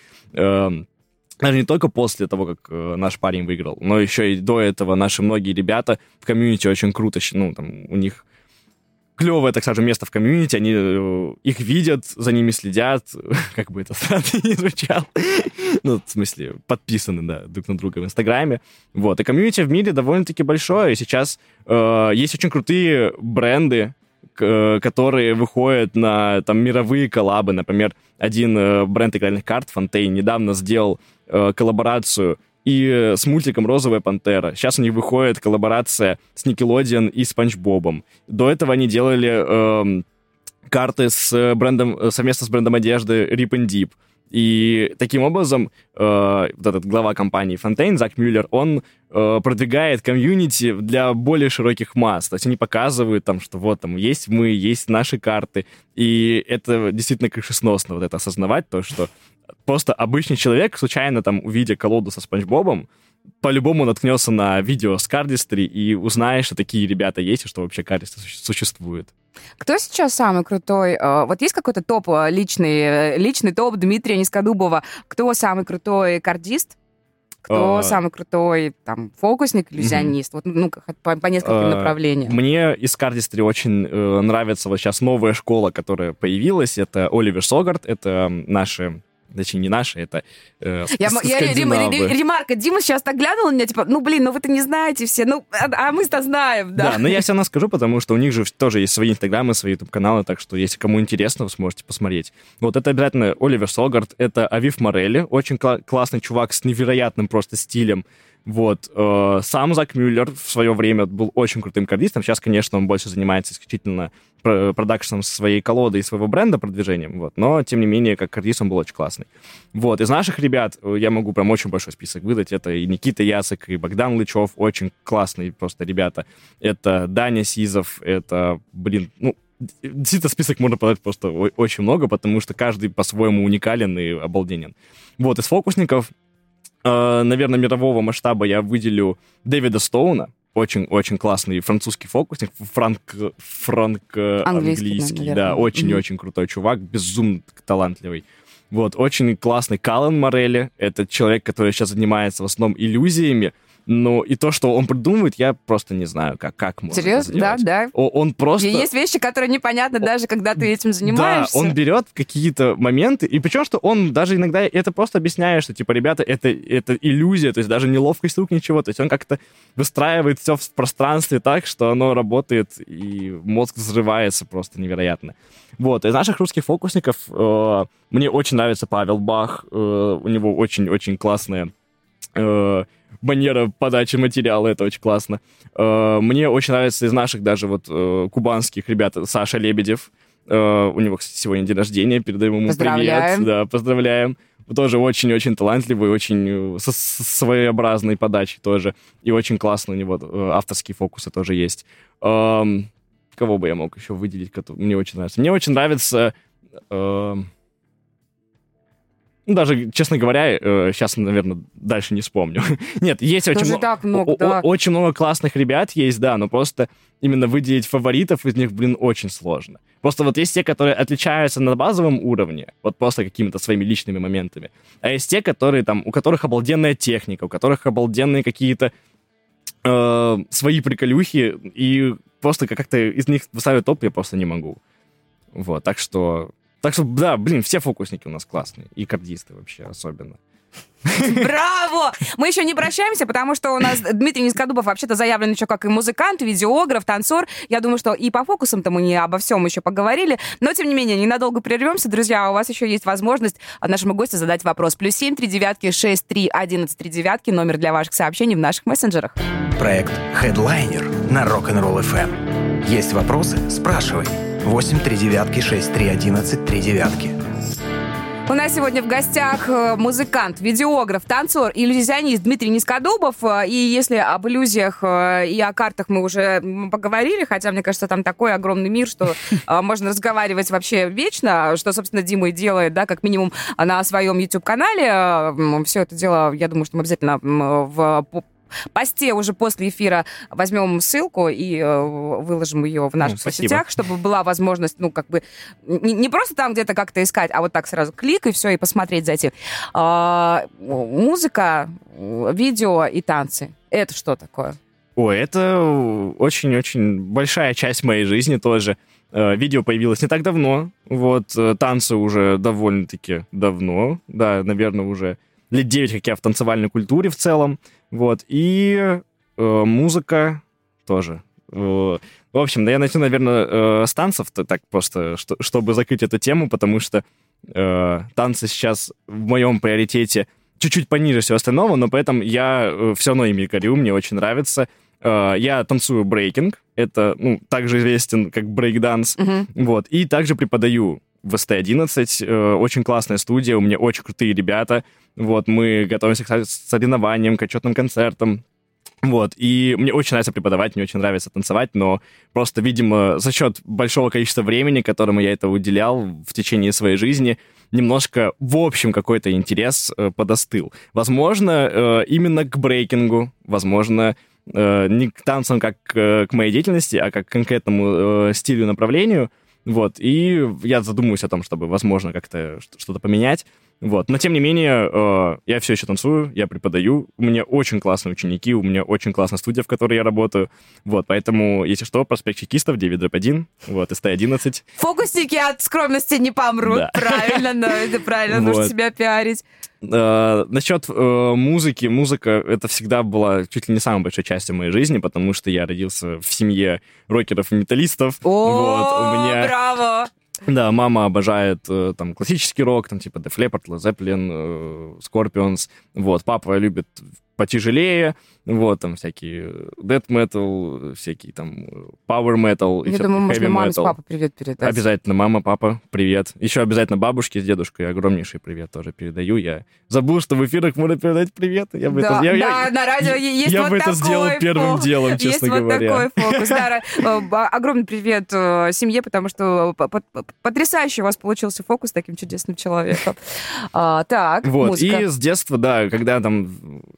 Даже не только после того, как наш парень выиграл, но еще и до этого наши многие ребята в комьюнити очень круто, там у них клевое, так скажем, место в комьюнити, они их видят, за ними следят, как бы это странно ни звучало. В смысле, подписаны, да, друг на друга в Инстаграме. Вот, и комьюнити в мире довольно-таки большое, и сейчас есть очень крутые бренды, которые выходят на там мировые коллабы. Например, один бренд игральных карт, Fontaine, недавно сделал коллаборацию и с мультиком «Розовая пантера». Сейчас у них выходит коллаборация с Nickelodeon и Спанч Бобом. До этого они делали карты совместно с брендом одежды Rip and Dip. И таким образом вот этот глава компании Fontaine, Зак Мюллер, он продвигает комьюнити для более широких масс. То есть они показывают там, что вот там есть мы, есть наши карты. И это действительно крышесносно, вот это осознавать, то, что просто обычный человек, случайно там увидя колоду со Спанч Бобом, по-любому наткнется на видео с Cardistry и узнает, что такие ребята есть, и что вообще Cardistry существует. Кто сейчас самый крутой? Вот есть какой-то топ, личный топ Дмитрия Низкодубова? Кто самый крутой кардист? Кто самый крутой там фокусник, иллюзионист? Вот, по нескольким направлениям. Мне из Cardistry очень нравится вот сейчас новая школа, которая появилась. Это Оливер Согарт, это наши... Точнее, не наши, это скандинавы. Ремарка, Дима сейчас так глянул на меня, типа, вы-то не знаете все, а мы-то знаем, да. Да, но я все равно скажу, потому что у них же тоже есть свои инстаграмы, свои ютуб-каналы, так что если кому интересно, вы сможете посмотреть. Вот это обязательно Оливер Согарт, это Авив Морелли, очень классный чувак с невероятным просто стилем. Вот. Сам Зак Мюллер в свое время был очень крутым кардистом. Сейчас, конечно, он больше занимается исключительно продакшеном своей колоды и своего бренда, продвижением. Вот. Но, тем не менее, как кардист он был очень классный. Вот. Из наших ребят я могу прям очень большой список выдать. Это и Никита Яцек, и Богдан Лычев. Очень классные просто ребята. Это Даня Сизов. Это, действительно, список можно подать просто очень много, потому что каждый по-своему уникален и обалденен. Вот. Из фокусников, наверное, мирового масштаба я выделю Дэвида Стоуна. Очень-очень классный французский фокусник. Франко-английский, да. Очень-очень крутой чувак, безумно талантливый. Вот, очень классный Каллен Морелли. Это человек, который сейчас занимается в основном иллюзиями. Ну, и то, что он придумывает, я просто не знаю, как можно Серьезно? это сделать. Да. Он просто... Есть вещи, которые непонятны даже, когда ты этим занимаешься. Да, он берет какие-то моменты, и причем, что он даже иногда это просто объясняет, что, типа, ребята, это иллюзия, то есть даже не ловкость рук, ничего, то есть он как-то выстраивает все в пространстве так, что оно работает, и мозг взрывается просто невероятно. Вот, из наших русских фокусников мне очень нравится Павел Бах, у него очень-очень классная манера подачи материала, это очень классно. Мне очень нравится из наших даже вот кубанских ребят Саша Лебедев. У него, кстати, сегодня день рождения, передаем ему привет. Да, поздравляем. Тоже очень-очень талантливый, очень со своеобразной подачей тоже. И очень классно у него авторские фокусы тоже есть. Кого бы я мог еще выделить, мне очень нравится? Мне очень нравится... Даже, честно говоря, сейчас, наверное, дальше не вспомню. Нет, есть очень много классных ребят есть, да, но просто именно выделить фаворитов из них, очень сложно. Просто вот есть те, которые отличаются на базовом уровне, вот просто какими-то своими личными моментами, а есть те, которые там, у которых обалденная техника, у которых обалденные какие-то свои приколюхи, и просто как-то из них выставить топ я просто не могу. Вот, так что, да, все фокусники у нас классные. И кардисты вообще особенно. Браво! Мы еще не прощаемся, потому что у нас Дмитрий Низкодубов вообще-то заявлен еще как и музыкант, видеограф, танцор. Я думаю, что и по фокусам-то мы не обо всем еще поговорили. Но, тем не менее, ненадолго прервемся. Друзья, у вас еще есть возможность нашему гостю задать вопрос. +7 3девятки 6 11 3 девятки, номер для ваших сообщений в наших мессенджерах. Проект Headliner на Rock'n'Roll FM. Есть вопросы? Спрашивай. 8 3девятки 6 11 3 девятки. У нас сегодня в гостях музыкант, видеограф, танцор, иллюзионист Дмитрий Низкодубов. И если об иллюзиях и о картах мы уже поговорили, хотя, мне кажется, там такой огромный мир, что можно разговаривать вообще вечно, что, собственно, Дима и делает, да, как минимум на своем YouTube-канале. Все это дело, я думаю, что мы обязательно в посте уже после эфира возьмем ссылку и выложим ее в наших соцсетях, чтобы была возможность, не просто там где-то как-то искать, а вот так сразу клик и все, и посмотреть, зайти. Музыка, видео и танцы. Это что такое? Это очень-очень большая часть моей жизни тоже. Видео появилось не так давно, танцы уже довольно-таки давно, да, наверное, уже лет 9, как я в танцевальной культуре в целом, и музыка тоже. В общем, да, я начну, наверное, с танцев, так просто, чтобы закрыть эту тему, потому что танцы сейчас в моем приоритете чуть-чуть пониже всего остального, но поэтому я все равно ими горю, мне очень нравится. Я танцую брейкинг, это, также известен как брейк-данс, и также преподаю в СТ-11, очень классная студия, у меня очень крутые ребята, мы готовимся к соревнованиям, к отчетным концертам, и мне очень нравится преподавать, мне очень нравится танцевать, но просто, видимо, за счет большого количества времени, которому я это уделял в течение своей жизни, немножко, в общем, какой-то интерес подостыл. Возможно, именно к брейкингу, возможно, не к танцам как к моей деятельности, а как к конкретному стилю, направлению, и я задумываюсь о том, чтобы, возможно, как-то что-то поменять. Но, тем не менее, я все еще танцую, я преподаю, у меня очень классные ученики, у меня очень классная студия, в которой я работаю. Поэтому, если что, проспект Чекистов, 9-1, СТ-11. Фокусники от скромности не помрут, да. Правильно, но это правильно, нужно себя пиарить. Насчет музыки. Музыка — это всегда была чуть ли не самой большой частью моей жизни, потому что я родился в семье рокеров и металлистов. Браво! Да, мама обожает там классический рок, там типа Def Leppard, Led Zeppelin, Scorpions. Папа любит потяжелее, там всякие death metal, всякие там power metal. Я думаю, можно маме с папой привет передать. Обязательно мама, папа, привет. Еще обязательно бабушке с дедушкой огромнейший привет тоже передаю. Я забыл, что в эфирах можно передать привет. На радио есть я бы это сделал первым делом, честно говоря. Есть такой фокус. Огромный привет семье, потому что потрясающий у вас получился фокус с таким чудесным человеком. Так, музыка. И с детства, да, когда там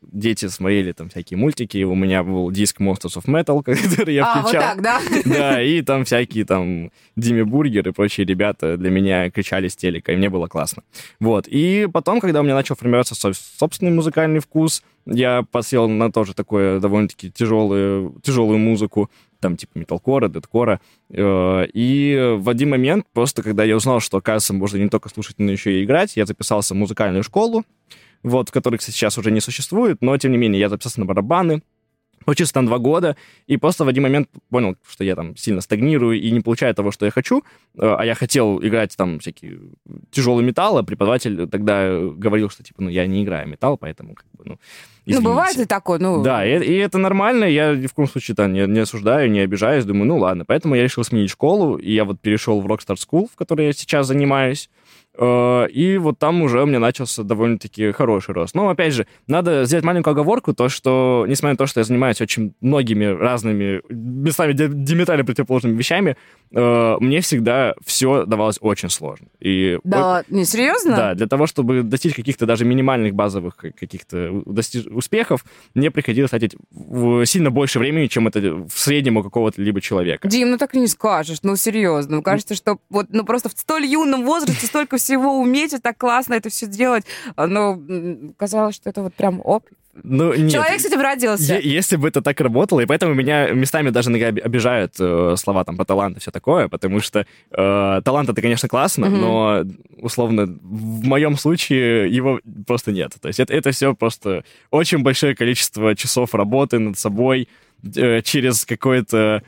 дети смотрели там всякие мультики, у меня был диск Monsters of Metal, который я включал. Вот так, да? Да, и там всякие там Димми Бургер и прочие ребята для меня кричали с телека, и мне было классно. Вот, и потом, когда у меня начал формироваться собственный музыкальный вкус, я посел на тоже такое довольно-таки тяжелую музыку, там типа металкора, дэдкора. И в один момент, просто когда я узнал, что, оказывается, можно не только слушать, но еще и играть, я записался в музыкальную школу, вот, в которой, кстати, сейчас уже не существует, но, тем не менее, я записался на барабаны, учился там 2 года, и просто в один момент понял, что я там сильно стагнирую и не получаю того, что я хочу, а я хотел играть там всякий тяжелый металл, а преподаватель тогда говорил, что, типа, я не играю металл, поэтому, как бы, извините. Бывает и такое, Да, и это нормально, я ни в коем случае там не осуждаю, не обижаюсь, думаю, ладно. Поэтому я решил сменить школу, и я вот перешел в Rockstar School, в которой я сейчас занимаюсь, и вот там уже у меня начался довольно-таки хороший рост. Но, опять же, надо сделать маленькую оговорку, то, что, несмотря на то, что я занимаюсь очень многими разными, местами диаметрально противоположными вещами, мне всегда все давалось очень сложно. И да, не серьезно? Да, для того, чтобы достичь каких-то даже минимальных базовых каких-то успехов, мне приходилось тратить сильно больше времени, чем это в среднем у какого-то либо человека. Дим, так и не скажешь, серьезно. Кажется, что вот, просто в столь юном возрасте столько всего уметь, и так классно это все делать. Но казалось, что это вот прям нет. Человек с этим родился. Если бы это так работало, и поэтому меня местами даже иногда обижают слова там про талант и все такое, потому что талант — это, конечно, классно, но, условно, в моем случае его просто нет. То есть это все просто очень большое количество часов работы над собой через какое-то...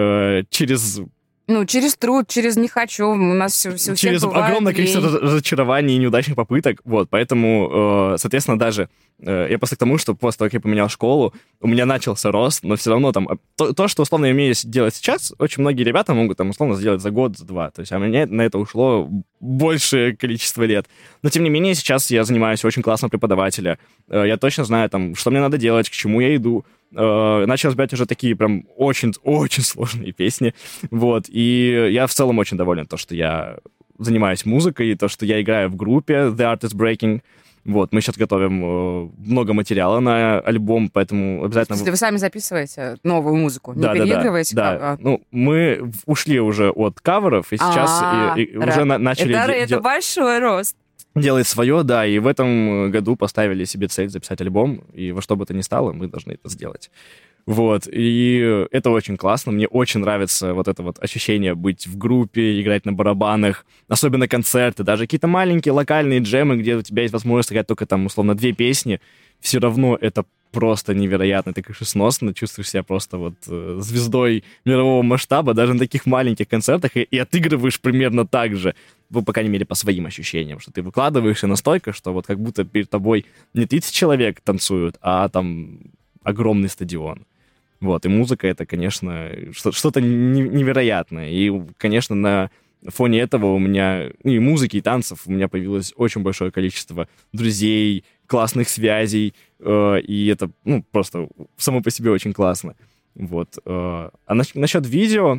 через труд, через не хочу, у нас все через огромное количество разочарований и неудачных попыток, вот, поэтому, соответственно, даже я просто к тому, что после того, как я поменял школу, у меня начался рост, но все равно там, то, что, условно, я умею делать сейчас, очень многие ребята могут там, условно, сделать за год, за 2, то есть, а мне на это ушло большее количество лет, но, тем не менее, сейчас я занимаюсь очень классного преподавателя, я точно знаю, там, что мне надо делать, к чему я иду, начал разбирать уже такие прям очень-очень сложные песни, вот, и я в целом очень доволен, то, что я занимаюсь музыкой, и то, что я играю в группе The Art is Breaking, вот, мы сейчас готовим много материала на альбом, поэтому обязательно... Если вы сами записываете новую музыку, не переигрываете? Да, мы ушли уже от каверов, и сейчас уже начали... Это большой рост. Делает свое, да, и в этом году поставили себе цель записать альбом, и во что бы то ни стало, мы должны это сделать. Вот, и это очень классно, мне очень нравится вот это вот ощущение быть в группе, играть на барабанах, особенно концерты, даже какие-то маленькие локальные джемы, где у тебя есть возможность играть только там, условно, 2 песни, все равно это просто невероятно, ты кайфосно, чувствуешь себя просто вот звездой мирового масштаба, даже на таких маленьких концертах, и отыгрываешь примерно так же, по крайней мере, по своим ощущениям, что ты выкладываешься настолько, что вот как будто перед тобой не 30 человек танцуют, а там огромный стадион. Вот, и музыка — это, конечно, что-то невероятное. И, конечно, на фоне этого у меня, и музыки, и танцев, у меня появилось очень большое количество друзей, классных связей, и это, просто само по себе очень классно. Вот. А насчет видео,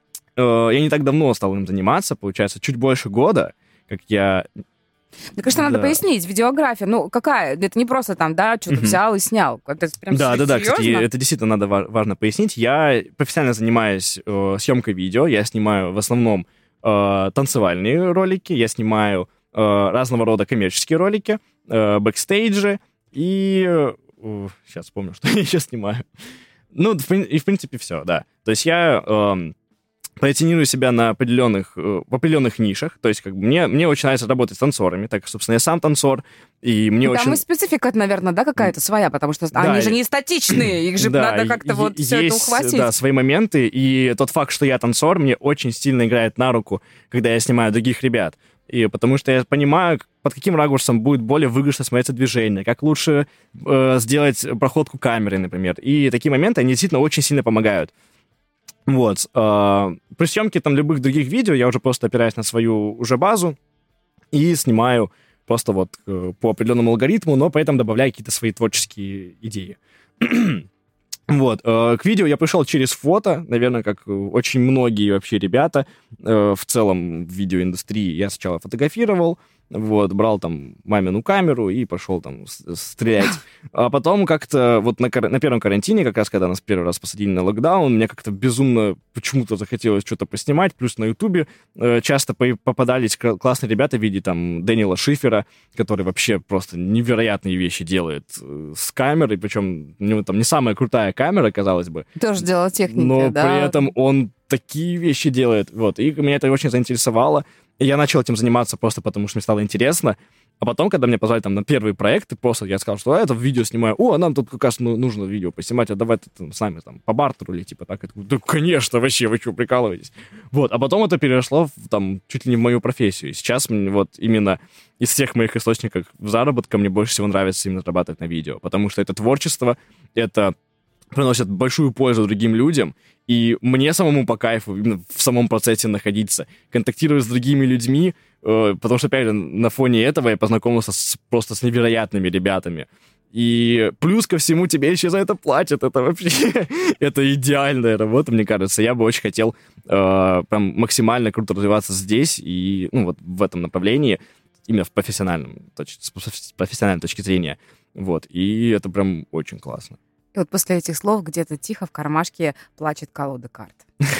я не так давно стал им заниматься, получается, чуть больше года, как я... Да, конечно, надо пояснить. Видеография, какая? Это не просто там, что-то взял и снял. Это прям да, кстати, это действительно важно пояснить. Я профессионально занимаюсь съемкой видео. Я снимаю в основном танцевальные ролики, я снимаю разного рода коммерческие ролики, бэкстейджи и... сейчас вспомню, что я еще снимаю. И в принципе все, да. То есть я... позиционирую себя в определенных нишах, то есть мне очень нравится работать с танцорами, так как, собственно, я сам танцор, и мне очень... Там и специфика, наверное, какая-то своя, потому что они же не статичные, их же надо как-то все это ухватить. Да, свои моменты, и тот факт, что я танцор, мне очень сильно играет на руку, когда я снимаю других ребят, и потому что я понимаю, под каким ракурсом будет более выигрышно смотреться движение, как лучше сделать проходку камеры, например, и такие моменты, они действительно очень сильно помогают. Вот. При съемке там любых других видео я уже просто опираюсь на свою уже базу и снимаю просто вот по определенному алгоритму, но при этом добавляю какие-то свои творческие идеи. Вот. К видео я пришел через фото, наверное, как очень многие вообще ребята в целом в видеоиндустрии. Я сначала фотографировал, вот, брал там мамину камеру и пошел там стрелять. А потом как-то вот на первом карантине, как раз когда нас первый раз посадили на локдаун, мне как-то безумно почему-то захотелось что-то поснимать, плюс на Ютубе часто попадались классные ребята в виде там Дэниела Шифера, который вообще просто невероятные вещи делает с камерой, причем у него там не самая крутая камера, казалось бы. Тоже дело техники, но да. При этом он такие вещи делает, вот, и меня это очень заинтересовало, и я начал этим заниматься просто потому, что мне стало интересно, а потом, когда меня позвали там на первые проекты, просто я сказал, что это видео снимаю, нам тут как раз нужно видео поснимать, а давай ты с нами там по бартеру или типа так. Я такой, да, конечно, вообще, вы что, прикалываетесь? Вот, а потом это перешло там чуть ли не в мою профессию, и сейчас мне вот именно из всех моих источников заработка мне больше всего нравится именно зарабатывать на видео, потому что это творчество, это приносит большую пользу другим людям, и мне самому по кайфу именно в самом процессе находиться, контактировать с другими людьми, потому что, опять же, на фоне этого я познакомился просто с невероятными ребятами. И плюс ко всему тебе еще за это платят. Это вообще... это идеальная работа, мне кажется. Я бы очень хотел прям максимально круто развиваться здесь и вот в этом направлении, именно с профессиональной точки зрения. Вот. И это прям очень классно. И вот после этих слов где-то тихо в кармашке плачет колода карт.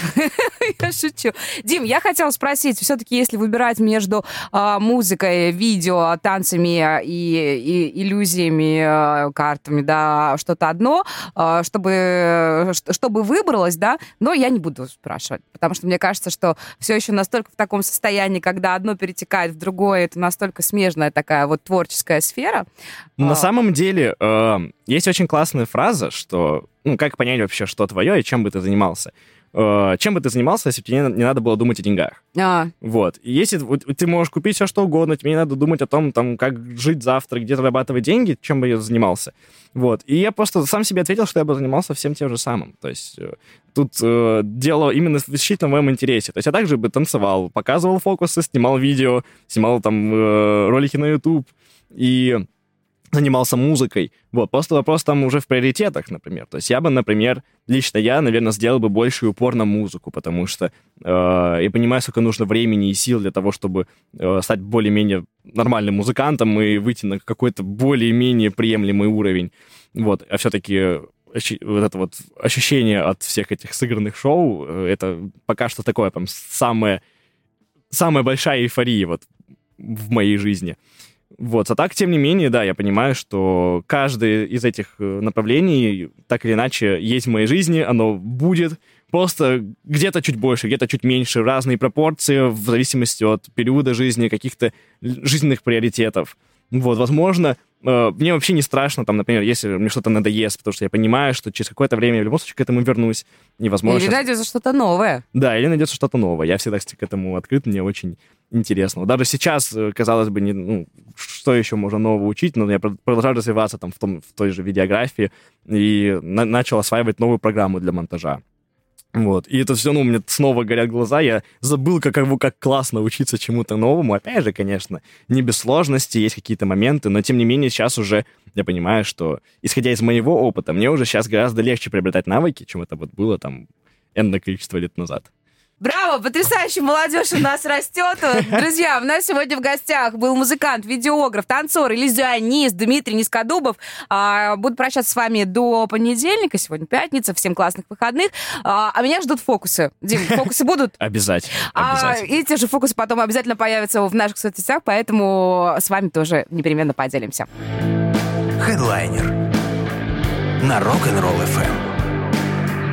Я шучу. Дим, я хотела спросить, все-таки если выбирать между музыкой, видео, танцами и иллюзиями, картами, да, что-то одно, чтобы выбралось, да, но я не буду спрашивать, потому что мне кажется, что все еще настолько в таком состоянии, когда одно перетекает в другое, это настолько смежная такая вот творческая сфера. На самом деле, есть очень классная фраза, что, как понять вообще, что твое и чем бы ты занимался. Чем бы ты занимался, если бы тебе не надо было думать о деньгах? Вот. И если ты можешь купить все, что угодно, тебе не надо думать о том, там, как жить завтра, где зарабатывать деньги, чем бы я занимался. Вот. И я просто сам себе ответил, что я бы занимался всем тем же самым. То есть тут дело именно исключительно в моем интересе. То есть я также бы танцевал, показывал фокусы, снимал видео, снимал там ролики на YouTube и занимался музыкой. Вот, просто вопрос там уже в приоритетах, например. То есть я бы, например, лично я, наверное, сделал бы больший упор на музыку, потому что я понимаю, сколько нужно времени и сил для того, чтобы стать более-менее нормальным музыкантом и выйти на какой-то более-менее приемлемый уровень. Вот, а все-таки вот это вот ощущение от всех этих сыгранных шоу, это пока что такое там самая большая эйфория вот в моей жизни. Вот, а так, тем не менее, да, я понимаю, что каждое из этих направлений, так или иначе, есть в моей жизни, оно будет, просто где-то чуть больше, где-то чуть меньше, разные пропорции в зависимости от периода жизни, каких-то жизненных приоритетов. Вот, возможно, мне вообще не страшно, там, например, если мне что-то надоест, потому что я понимаю, что через какое-то время я в любом случае к этому вернусь. Невозможно. Или найдется что-то новое. Да, или найдется что-то новое. Я всегда, кстати, к этому открыт, мне очень интересно. Даже сейчас, казалось бы, что еще можно нового учить, но я продолжаю развиваться там в той же видеографии и начал осваивать новую программу для монтажа. Вот. И это все, у меня снова горят глаза, я забыл, как классно учиться чему-то новому. Опять же, конечно, не без сложностей, есть какие-то моменты, но тем не менее сейчас уже я понимаю, что, исходя из моего опыта, мне уже сейчас гораздо легче приобретать навыки, чем это вот было там энное количество лет назад. Браво, потрясающая молодежь у нас растет. Друзья, у нас сегодня в гостях был музыкант, видеограф, танцор, иллюзионист Дмитрий Низкодубов. Буду прощаться с вами до понедельника. Сегодня пятница, всем классных выходных. А меня ждут фокусы. Дим, фокусы будут? Обязательно. И те же фокусы потом обязательно появятся в наших соцсетях, поэтому с вами тоже непременно поделимся. Хедлайнер на Rock'n'Roll FM.